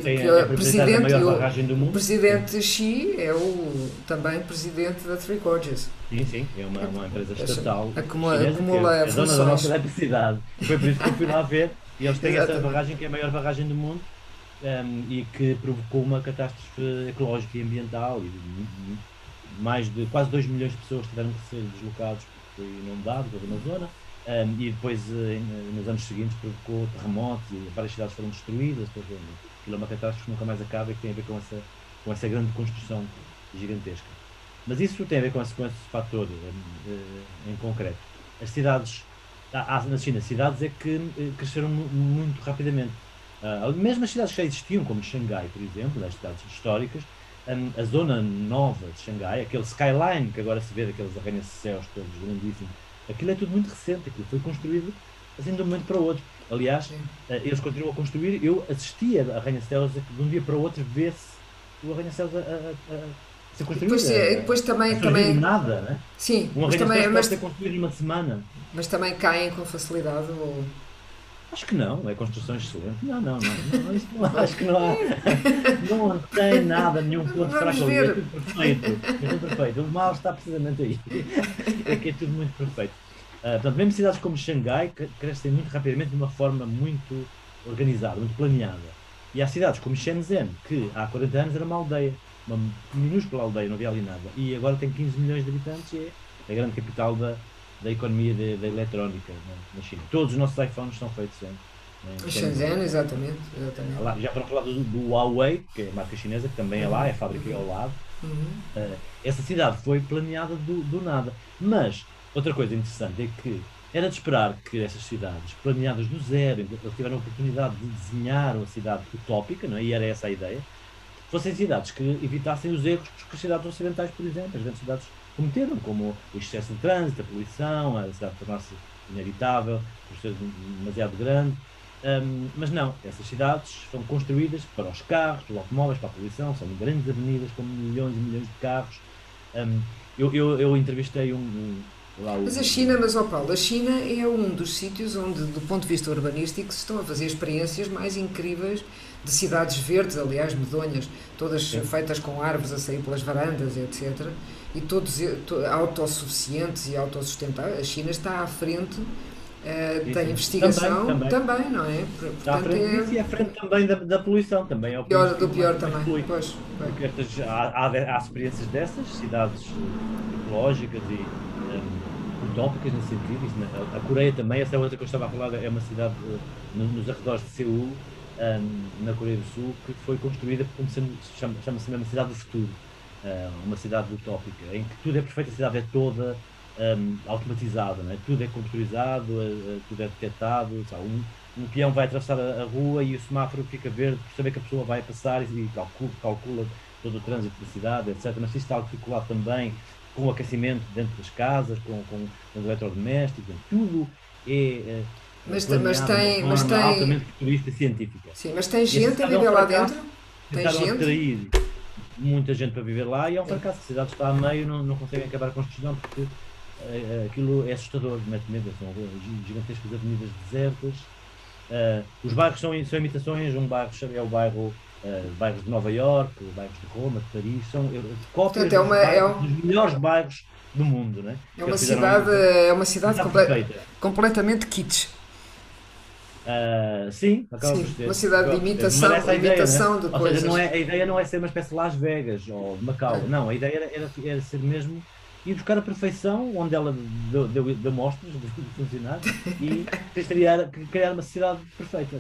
O presidente Xi é também presidente da Three Gorges. Sim, é uma empresa estatal. Acumula funções. É dona da nossa eletricidade. Foi por isso que eu fui lá ver. E eles têm essa barragem, que é a maior barragem do mundo, e que provocou uma catástrofe ecológica e ambiental. E mais de quase 2 milhões de pessoas tiveram que ser deslocados porque foi inundado toda uma zona. E depois, nos anos seguintes, provocou terremotos e várias cidades foram destruídas. Aquilo é uma catástrofe que nunca mais acaba e que tem a ver com essa grande construção gigantesca. Mas isso tem a ver com esse fator em concreto. As cidades. Há na China cidades que cresceram muito rapidamente. Mesmo as cidades que já existiam, como Xangai, por exemplo, as cidades históricas, a zona nova de Xangai, aquele skyline que agora se vê, daqueles arranha-céus todos grandíssimos, aquilo é tudo muito recente, aquilo foi construído assim de um momento para o outro. Aliás, eles continuam a construir. Eu assistia a arranha-céus de um dia para o outro, vê-se o arranha-céus a ser construído. Depois também nada, né? Sim, mas também pode ser construído numa semana. Mas também caem com facilidade ou... Acho que não, é construção excelente. Não, isso não acho que não há. Não tem nada, nenhum ponto fraco ali. É tudo perfeito. O mal está precisamente aí. É que é tudo muito perfeito. Portanto, mesmo cidades como Xangai crescem muito rapidamente de uma forma muito organizada, muito planeada. E há cidades como Shenzhen, que há 40 anos era uma aldeia, uma minúscula aldeia, não havia ali nada. E agora tem 15 milhões de habitantes e é a grande capital da economia da eletrónica na China. Todos os nossos iPhones são feitos em Shenzhen, exatamente. Lá, já para falar do Huawei, que é a marca chinesa, que também é lá, é fábrica ao lado. Essa cidade foi planeada do nada. Mas outra coisa interessante é que era de esperar que essas cidades, planeadas do zero, eles tiveram a oportunidade de desenhar uma cidade utópica, não é? E era essa a ideia, fossem cidades que evitassem os erros que as cidades ocidentais, por exemplo, as grandes cidades cometeram, como o excesso de trânsito, a poluição, a cidade tornar-se inevitável, por ser demasiado grande. Mas não, essas cidades são construídas para os carros, para os automóveis, para a poluição, são grandes avenidas com milhões e milhões de carros. Eu entrevistei Mas Paulo, a China é um dos sítios onde, do ponto de vista urbanístico, se estão a fazer experiências mais incríveis de cidades verdes, aliás, medonhas, todas feitas com árvores a sair pelas varandas, etc. E todos autossuficientes e autossustentáveis. A China está à frente da investigação também, não é? Portanto, está à frente disso e à frente também da poluição. Também é o pior também. Pois. Há experiências dessas, cidades ecológicas e utópicas nesse sentido. A Coreia também, essa outra que eu estava a falar, é uma cidade nos arredores de Seul, na Coreia do Sul, que foi construída como chama-se mesmo cidade do futuro, uma cidade utópica, em que tudo é perfeito, a cidade é toda automatizada, não é? Tudo é computurizado, tudo é detectado, sabe? Um peão vai atravessar a rua e o semáforo fica verde por saber que a pessoa vai passar e calcula todo o trânsito da cidade, etc. Mas isto está articulado também com o aquecimento dentro das casas, com os eletrodomésticos, tudo é mas tem altamente futurista e científica. Sim, mas tem gente a viver lá dentro? Tem gente? Atrair muita gente para viver lá e é um fracasso. A cidade está a meio, não conseguem acabar a construção porque aquilo é assustador, mete medo, são gigantescas avenidas desertas. Os bairros são imitações, um bairro é o bairro, bairros de Nova Iorque, bairros de Roma, de Paris, são cópias dos melhores bairros do mundo, né? É uma cidade completamente kitsch. Sim, acaba por ser. Uma cidade de imitação, imitação, de ou coisas. Seja, a ideia não é ser uma espécie de Las Vegas ou Macau, não, a ideia era ser mesmo ir buscar a perfeição onde ela deu mostras de funcionar e criar uma cidade perfeita,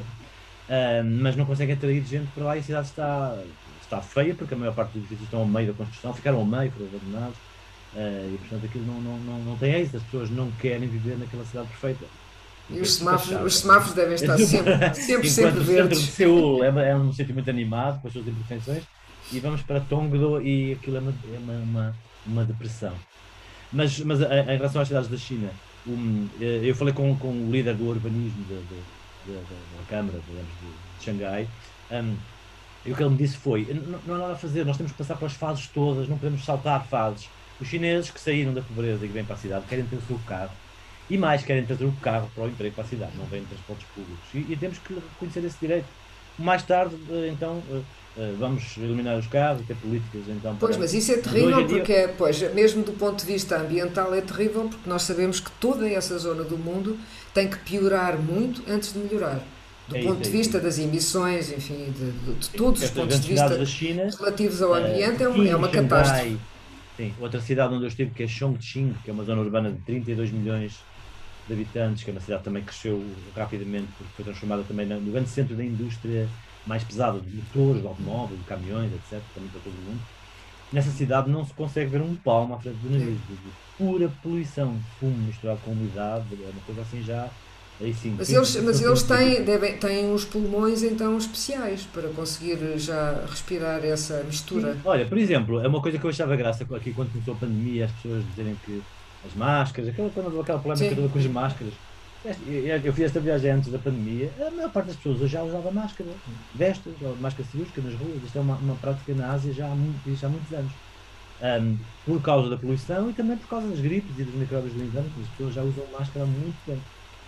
mas não consegue atrair gente para lá e a cidade está feia porque a maior parte dos edifícios estão ao meio da construção, ficaram ao meio, foram abandonados e portanto aquilo não tem êxito, as pessoas não querem viver naquela cidade perfeita. E os semáforos devem estar sempre verdes. O centro de Seul é um sítio muito animado com as suas imperfeições e vamos para Tongdo e aquilo é uma depressão. Mas em relação às cidades da China, eu falei com o líder do urbanismo da Câmara, digamos, de Xangai, e o que ele me disse foi, não há nada a fazer, nós temos que passar pelas fases todas, não podemos saltar fases. Os chineses que saíram da pobreza e que vêm para a cidade querem ter o seu carro, e mais querem trazer o carro para o emprego, para a cidade, não vêm transportes públicos. E temos que reconhecer esse direito. Mais tarde, então, vamos eliminar os carros e ter políticas, então... Pois, mas isso é terrível porque, mesmo do ponto de vista ambiental é terrível porque nós sabemos que toda essa zona do mundo tem que piorar muito antes de melhorar. Do ponto de vista das emissões, enfim, de todos os pontos de vista da China, relativos ao ambiente, é uma catástrofe. Sim, outra cidade onde eu estive, que é Chongqing, que é uma zona urbana de 32 milhões de habitantes, que é uma cidade que também cresceu rapidamente, porque foi transformada também no grande centro da indústria mais pesada, de motores, de automóveis, de caminhões, etc., também para todo o mundo. Nessa cidade não se consegue ver um palmo à frente do nariz, de pura poluição, fumo misturado com umidade, é uma coisa assim já... Aí sim, mas eles têm os pulmões então especiais para conseguir já respirar essa mistura. Sim. Olha, por exemplo, é uma coisa que eu achava graça aqui quando começou a pandemia, as pessoas dizerem que as máscaras, aquela polémica toda com as máscaras. Eu fiz esta viagem antes da pandemia, a maior parte das pessoas hoje já usava máscara, vestes, ou máscara cirúrgica nas ruas, isto é uma prática na Ásia já há muitos anos. Por causa da poluição e também por causa das gripes e dos micróbios do inverno, as pessoas já usam máscara há muito tempo.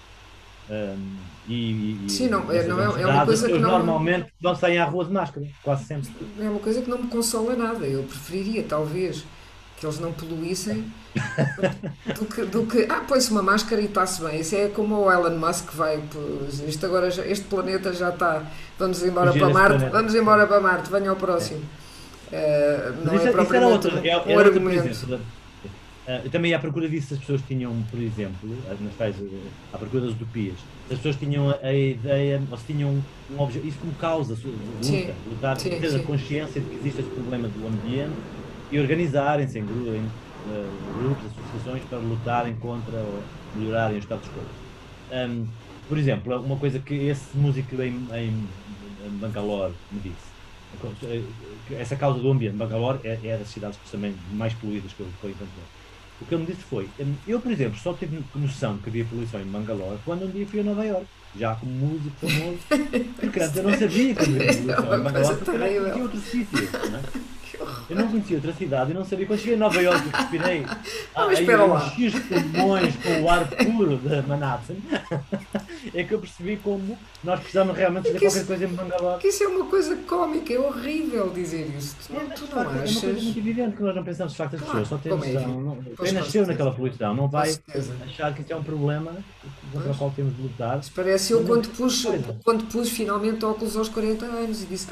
Sim, não é uma coisa que normalmente não saem à rua de máscara, quase sempre. É uma coisa que não me consola nada. Eu preferiria, talvez, que eles não poluíssem do que põe-se uma máscara e está-se bem. Isso é como o Elon Musk vai. Este planeta já está. Vamos embora para Marte, venha ao próximo. Não é propriamente um argumento. Também à procura disso, as pessoas tinham, por exemplo, à procura das utopias, as pessoas tinham a ideia, ou se tinham um objetivo, isso como causa, lutar, ter a consciência de que existe esse problema do ambiente e organizarem-se em grupos, associações para lutarem contra ou melhorarem o status quo. Por exemplo, uma coisa que esse músico em Bangalore me disse, essa causa do ambiente, Bangalore é das cidades também mais poluídas que eu encontrei. O que ele me disse foi, eu, por exemplo, só tive noção que havia poluição em Bangalore quando um dia fui a Nova Iorque, já como músico famoso, porque antes eu não sabia que havia poluição em Bangalore, porque eu não conhecia outro sítio, não é? Eu não conhecia outra cidade, eu não sabia. Quando cheguei a Nova Iorque e respirei enchi os pulmões com o ar puro da Manhattan, é que eu percebi como nós precisamos realmente fazer qualquer coisa em Bangalore. Que isso é uma coisa cómica, é horrível dizer isso. Tu não achas? É uma coisa muito evidente que nós não pensamos de facto as pessoas, só temos quem nasceu naquela poluição não vai achar que isso é um problema contra o qual temos de lutar. Isso parece eu quando pus finalmente óculos aos 40 anos e disse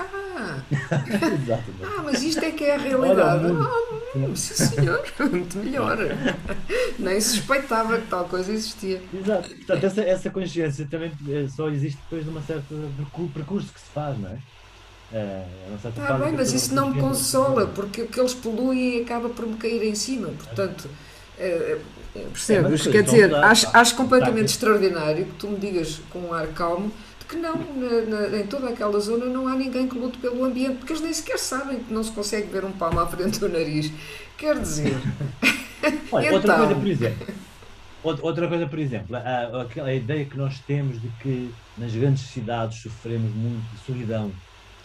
mas isto é que é a realidade. Sim senhor, muito melhor. Nem suspeitava que tal coisa existia. Exato. Portanto, essa consciência também só existe depois de uma certa percurso que se faz, não é? Está bem, mas isso não me consola, porque o que eles poluem acaba por me cair em cima. Portanto, percebes? Quer dizer, acho completamente extraordinário que tu me digas com um ar calmo que não, em toda aquela zona não há ninguém que lute pelo ambiente, porque eles nem sequer sabem que não se consegue ver um palmo à frente do nariz. Quer dizer... Olha, então... outra coisa, por exemplo, a ideia que nós temos de que nas grandes cidades sofremos muito de solidão.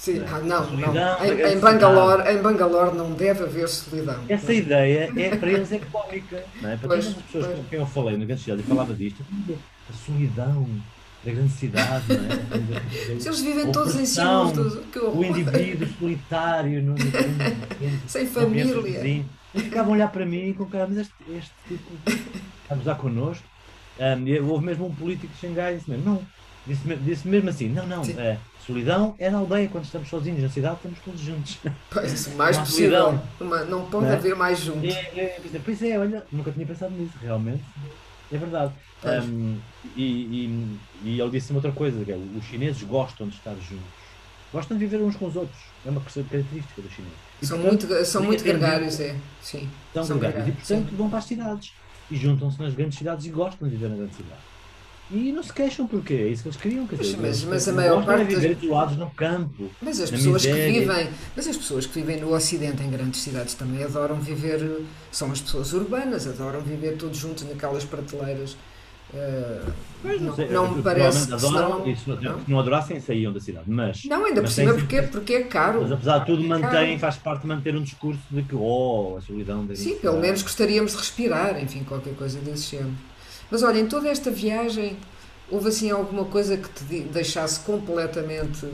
Sim, não é? não. Solidão, Em Bangalore não deve haver solidão. Essa ideia para eles é cómica, não é? Para Pois, todas as pessoas pois. com quem eu falei na grande cidade e falava disto, a solidão da grande cidade, não é? Se eles A vivem todos em cima opressão, dos... Que horror. o indivíduo solitário, Sem não conhece os família. vizinhos. Eles ficavam a olhar para mim com cara, mas este tipo está a gozar connosco. Houve mesmo um político de Xangai que disse mesmo, não, disse mesmo assim, não, Sim. solidão é na aldeia, quando estamos sozinhos, na cidade estamos todos juntos. Pois, o mais Não há possível. solidão. Não pode Não é? haver mais junto. Pois é, olha, nunca tinha pensado nisso, realmente. É verdade. Pois. E ele disse-me outra coisa, que é, os chineses gostam de estar juntos. Gostam de viver uns com os outros. É uma característica dos chineses. E, São muito gregários, é. Sim. São gregários. E, portanto, vão para as cidades. E juntam-se nas grandes cidades e gostam de viver na grande cidade. E não se queixam porque é isso que eles queriam. Quer dizer, Mas a maior parte de viver isolados no campo. Mas as na pessoas miséria. que vivem no Ocidente, em grandes cidades, também adoram viver, são as pessoas urbanas, adoram viver todos juntos naquelas prateleiras. Pois, Não me parece que adoram, senão, se não adorassem, saíam da cidade. Mas, não, ainda por mas cima, têm porque é caro. Mas apesar de tudo, É caro. mantém, faz parte de manter um discurso de que, a solidão da Sim, pelo menos gostaríamos de respirar, enfim, qualquer coisa desse género. Mas olha, em toda esta viagem, houve assim alguma coisa que te deixasse completamente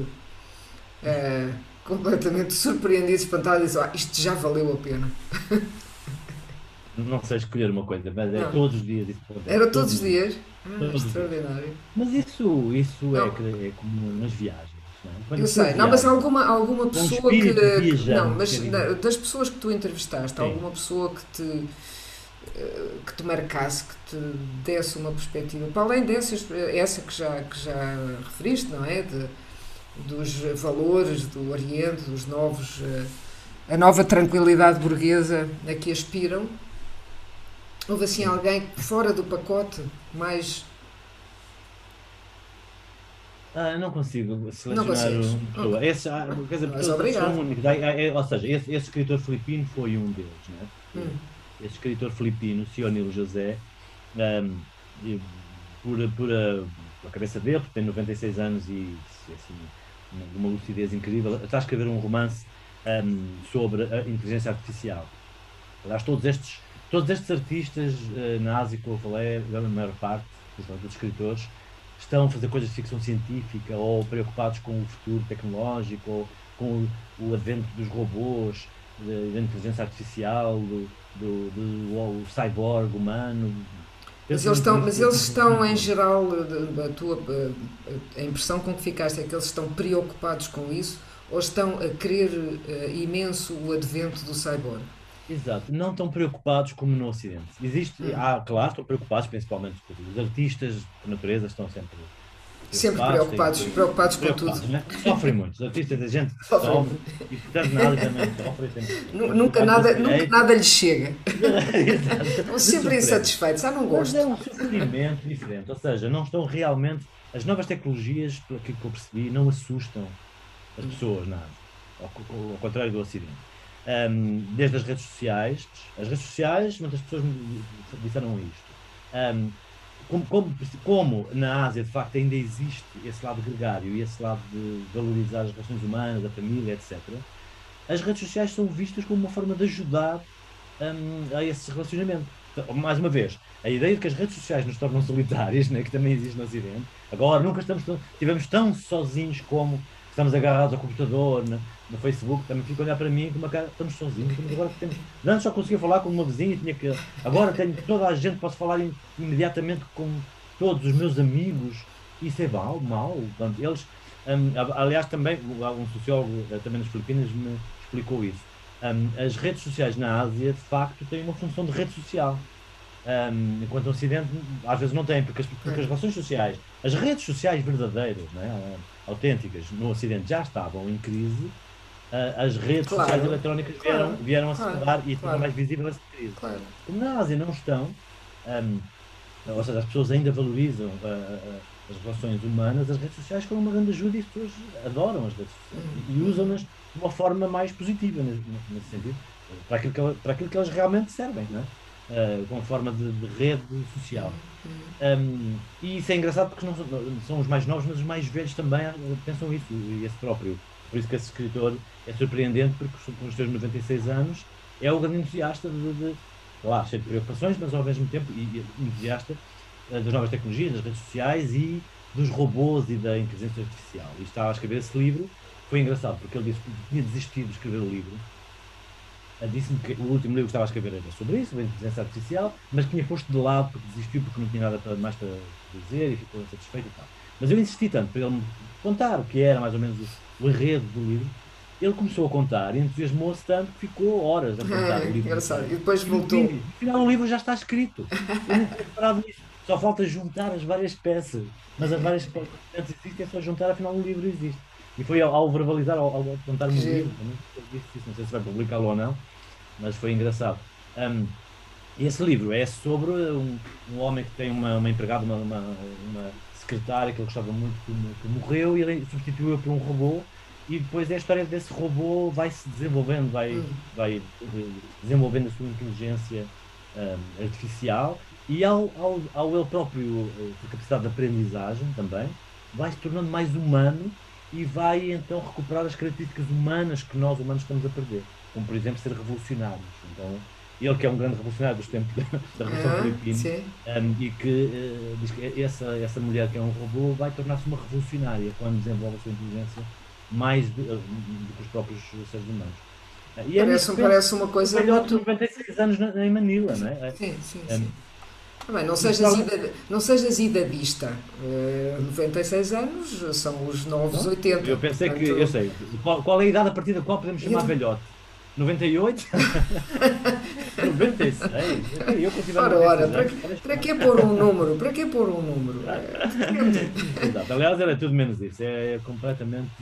surpreendido, espantado e disse, isto já valeu a pena. Não sei escolher uma coisa, mas é Não. todos os dias isso acontece. Era todos os dias? Todos os dias. Extraordinário. Mas isso Não. é como nas viagens. Não é? Quando Eu tu sei, não, mas viajas, alguma pessoa que. espírito viajante, Não, mas um bocadinho. das pessoas que tu entrevistaste, Sim. alguma pessoa que te marcasse, que te desse uma perspectiva, para além essa que já referiste, não é? Dos valores do Oriente, dos novos. A nova tranquilidade burguesa a que aspiram. Houve assim alguém fora do pacote, mais. Não consigo Não selecionar consegues. uma pessoa. Ok. Quer dizer, Mas todos obrigado. são únicos. Ou seja, esse escritor filipino foi um deles, né? Esse escritor filipino, Sionil José, e a cabeça dele, porque tem 96 anos e assim, uma lucidez incrível, está a escrever um romance sobre a inteligência artificial. Aliás, todos estes artistas na Ásia que eu falei, a maior parte, principalmente dos escritores, estão a fazer coisas de ficção científica ou preocupados com o futuro tecnológico ou com o advento dos robôs, da inteligência artificial, do cyborg humano. Mas eles estão em geral, a impressão com que ficaste é que eles estão preocupados com isso ou estão a querer imenso o advento do cyborg? Exato, não estão preocupados como no Ocidente. Claro, estão preocupados, principalmente os artistas por natureza estão sempre preocupados com tudo. Né? Sofrem muito, os artistas, a gente sofre e portanto nada também sofre. Nunca nada lhes chega. Exato. Estão sempre insatisfeitos, não Mas gosto. é um sofrimento diferente, ou seja, não estão realmente. As novas tecnologias, pelo que eu percebi, não assustam as pessoas, nada. Ao contrário do Ocidente. Desde as redes sociais, muitas pessoas me disseram isto. Como na Ásia, de facto, ainda existe esse lado gregário e esse lado de valorizar as relações humanas, a família, etc., as redes sociais são vistas como uma forma de ajudar a esse relacionamento. Então, mais uma vez, a ideia de que as redes sociais nos tornam solitárias, né, que também existe no Ocidente, agora nunca estivemos tão sozinhos como estamos agarrados ao computador, no Facebook, também fico a olhar para mim como estamos sozinhos, agora antes só conseguia falar com uma vizinha, agora tenho toda a gente, posso falar imediatamente com todos os meus amigos, isso é mal. Portanto, eles, aliás, também, um sociólogo também nas Filipinas me explicou isso. As redes sociais na Ásia, de facto, têm uma função de rede social. Enquanto o Ocidente às vezes não tem, porque as relações sociais, as redes sociais verdadeiras, não é? Autênticas, no Ocidente já estavam em crise, as redes sociais eletrónicas vieram a acelerar e tornar mais visível essa crise. Claro. Como na Ásia não estão, ou seja, as pessoas ainda valorizam as relações humanas, as redes sociais foram uma grande ajuda e as pessoas adoram as redes sociais e usam-nas de uma forma mais positiva nesse sentido, para aquilo que elas realmente servem, não é? Com forma de rede social. E isso é engraçado porque não são os mais novos, mas os mais velhos também pensam isso. E esse próprio Por isso que esse escritor é surpreendente, porque com os seus 96 anos é o grande entusiasta lá, cheio de preocupações, mas ao mesmo tempo entusiasta das novas tecnologias, das redes sociais e dos robôs e da inteligência artificial. E estava a escrever esse livro. Foi engraçado, porque ele disse que tinha desistido de escrever o livro. Disse-me que o último livro que estava a escrever era sobre isso, sobre a inteligência artificial, mas tinha posto de lado porque desistiu, porque não tinha nada mais para dizer e ficou insatisfeito e tal. Mas eu insisti tanto para ele me contar o que era mais ou menos o enredo do livro. Ele começou a contar e entusiasmou-se tanto que ficou horas a contar o livro. Engraçado. E depois voltou. No final o livro já está escrito. Eu não tinha reparado nisso. Só falta juntar as várias peças. Mas as várias peças existem, é só juntar, afinal o livro existe. E foi ao verbalizar, ao contar-me o livro, não sei se vai publicá-lo ou não, mas foi engraçado. Esse livro é sobre um homem que tem uma empregada, uma secretária que ele gostava muito, que morreu, e ele substituiu-a por um robô, e depois é a história desse robô vai se desenvolvendo, vai desenvolvendo a sua inteligência artificial, e ao ele próprio, por capacidade de aprendizagem também, vai se tornando mais humano e vai então recuperar as características humanas que nós humanos estamos a perder, como por exemplo ser revolucionários. Então, ele que é um grande revolucionário dos tempos da Revolução Filipina, e que diz que essa mulher que é um robô vai tornar-se uma revolucionária quando desenvolve a sua inteligência mais do que os próprios seres humanos. Parece uma coisa muito... 96 anos em Manila, não é? Sim. Bem, não sejas idadista. 96 anos são os novos 80. Eu pensei portanto... que, eu sei, qual é a idade a partir da qual podemos chamar velhote? 98? 96? Eu continuo Ora, para que pôr um número? Para que pôr um número? Exato. Aliás, era tudo menos isso. É completamente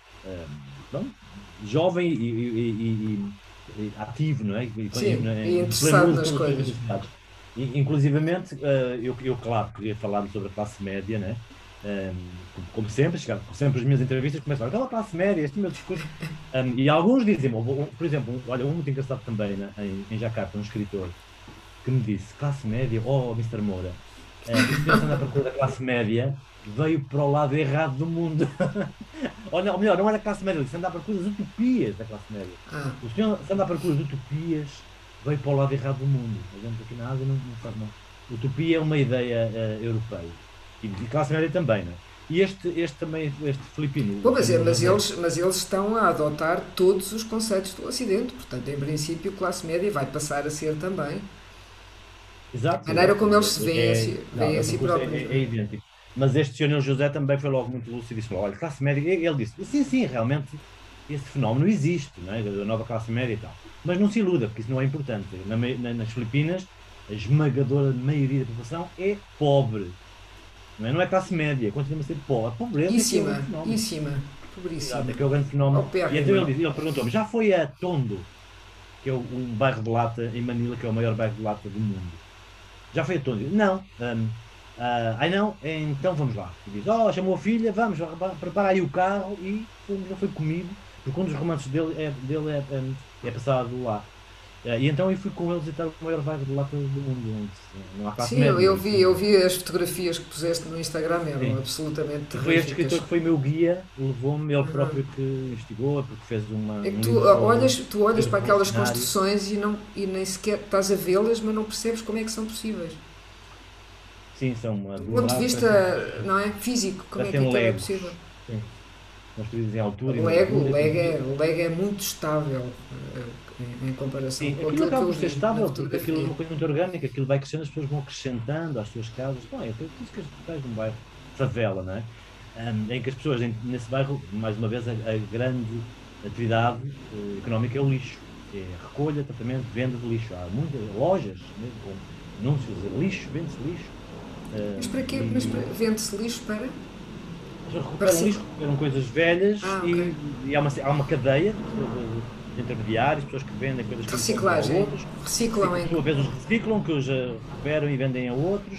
jovem e ativo, não é? E interessado nas coisas. Inclusivamente, eu claro, queria falar sobre a classe média, né? Como sempre, sempre as minhas entrevistas começam aquela classe média, este é o meu discurso. E alguns dizem, por exemplo, olha, um muito engraçado também, né? em Jacarta, um escritor, que me disse, classe média, Mr. Moura, pensando na procura da classe média, veio para o lado errado do mundo. Ou melhor, não era a classe média, ele anda à procura das utopias da classe média. O senhor anda à procura de utopias, veio para o lado errado do mundo. A gente aqui na Ásia não sabe, não. Utopia é uma ideia europeia. E classe média também, não é? E este filipino... Mas eles estão a adotar todos os conceitos do Ocidente. Portanto, em princípio, classe média vai passar a ser também. Exato. A maneira como eles se veem a si próprios. É idêntico. Mas este Sr. José também foi logo muito lúcido e disse, olha, classe média... Ele disse, sim, realmente esse fenómeno existe, não é? A nova classe média e tal. Mas não se iluda, porque isso não é importante. Nas Filipinas, a esmagadora maioria da população é pobre. Não é classe média, continua a ser pobre. A pobreza pobríssima. É que é o grande fenómeno. E então ele perguntou-me, já foi a Tondo, que é um bairro de lata em Manila, que é o maior bairro de lata do mundo? Já foi a Tondo? Não. Não? Então vamos lá. Ele diz, chamou a filha, vamos, prepara aí o carro, e já foi comigo, porque um dos romances dele é passado lá. E então eu fui com ele visitar o maior bairro de lata do mundo, onde não há classe média. Eu vi as fotografias que puseste no Instagram, eram absolutamente terríficas. Foi este escritor que foi meu guia, levou-me, ele próprio que investigou, porque fez uma... Tu olhas para aquelas construções e nem sequer estás a vê-las, mas não percebes como é que são possíveis. Sim, são... Do ponto de vista, não é, físico, como é que aquilo é possível? Sim. Construídos em altura. O Lego é muito estável em comparação com aquilo acaba por ser estável, porque aquilo é uma coisa muito orgânica, aquilo vai crescendo, as pessoas vão acrescentando às suas casas. Bom, é por isso que as pessoas de um bairro favela, não é? Em que as pessoas, nesse bairro, mais uma vez, a grande atividade económica é o lixo. É recolha, tratamento, venda de lixo. Há muitas lojas, né, com anúncios de lixo, vende-se lixo. Mas para quê? Vende-se lixo para? Recuperam lixo, recuperam coisas velhas e há uma cadeia de intermediários, pessoas que vendem coisas que reciclagem, outros, reciclam que por vezes reciclam, que os recuperam e vendem a outros.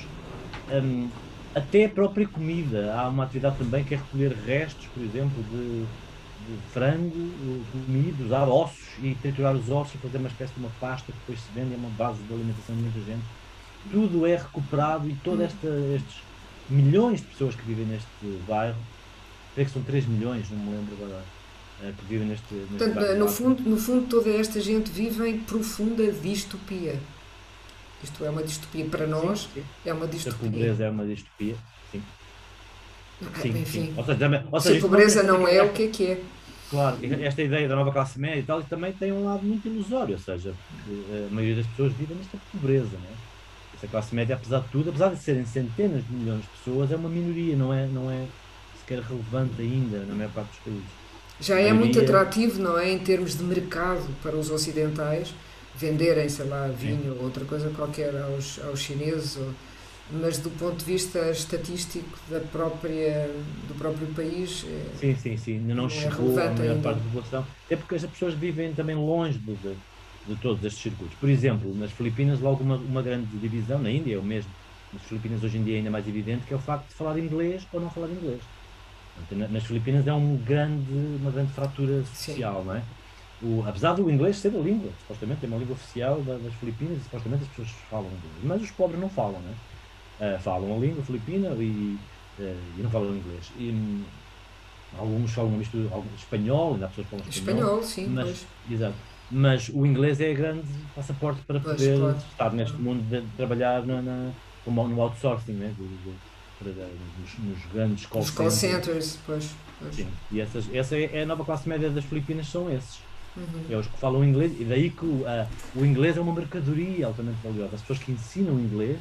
Até a própria comida, há uma atividade também que é recolher restos, por exemplo, de frango comido, usar ossos e triturar os ossos e fazer uma espécie de uma pasta que depois se vende, é uma base de alimentação de muita gente. Tudo é recuperado e todos estes milhões de pessoas que vivem neste bairro, creio que são 3 milhões, não me lembro agora que vivem neste Portanto, no fundo, toda esta gente vive em profunda distopia. Isto é uma distopia para nós, sim. É uma distopia. A pobreza é uma distopia, sim. Enfim, sim. Se a pobreza não é, o que é? Claro, esta ideia da nova classe média e tal, também tem um lado muito ilusório, ou seja, a maioria das pessoas vive nesta pobreza, né? Essa classe média, apesar de tudo, apesar de serem centenas de milhões de pessoas, é uma minoria, não é sequer relevante ainda na maior parte dos países. Já é muito atrativo, não é, em termos de mercado para os ocidentais, venderem, sei lá, vinho ou outra coisa qualquer aos chineses, mas do ponto de vista estatístico do próprio país... Sim, ainda não chegou à maior parte da população, até porque as pessoas vivem também longe de todos estes circuitos. Por exemplo, nas Filipinas, logo uma grande divisão, na Índia é o mesmo, nas Filipinas hoje em dia é ainda mais evidente, que é o facto de falar inglês ou não falar inglês. Nas Filipinas é uma grande fratura social, não é? Apesar do inglês ser a língua, supostamente é uma língua oficial das Filipinas e supostamente as pessoas falam inglês, mas os pobres não falam, não é? Falam a língua filipina e não falam inglês. Alguns falam uma mistura, espanhol, ainda há pessoas que falam espanhol. Sim, exato. Mas o inglês é grande passaporte para poder estar neste mundo de trabalhar no outsourcing, né? Nos grandes call centers. Pois. Sim, e essa é a nova classe média das Filipinas, são esses. É os que falam inglês, e daí que o inglês é uma mercadoria altamente valiosa. As pessoas que ensinam inglês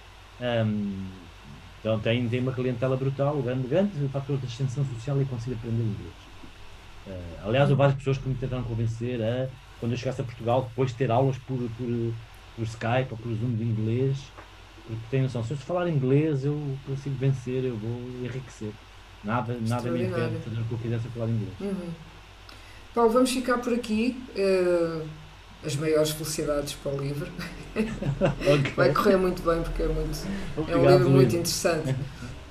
então tem uma clientela brutal. O grande fator de ascensão social é conseguir aprender inglês. Aliás, houve várias pessoas que me tentaram convencer quando eu chegasse a Portugal, depois de ter aulas por Skype ou por Zoom de inglês, porque tenho noção, se eu falar inglês eu consigo vencer, eu vou enriquecer. Nada me impede de fazer o que eu quisesse falar inglês. Paulo, vamos ficar por aqui. As maiores felicidades para o livro. Okay. Vai correr muito bem porque é um livro muito interessante.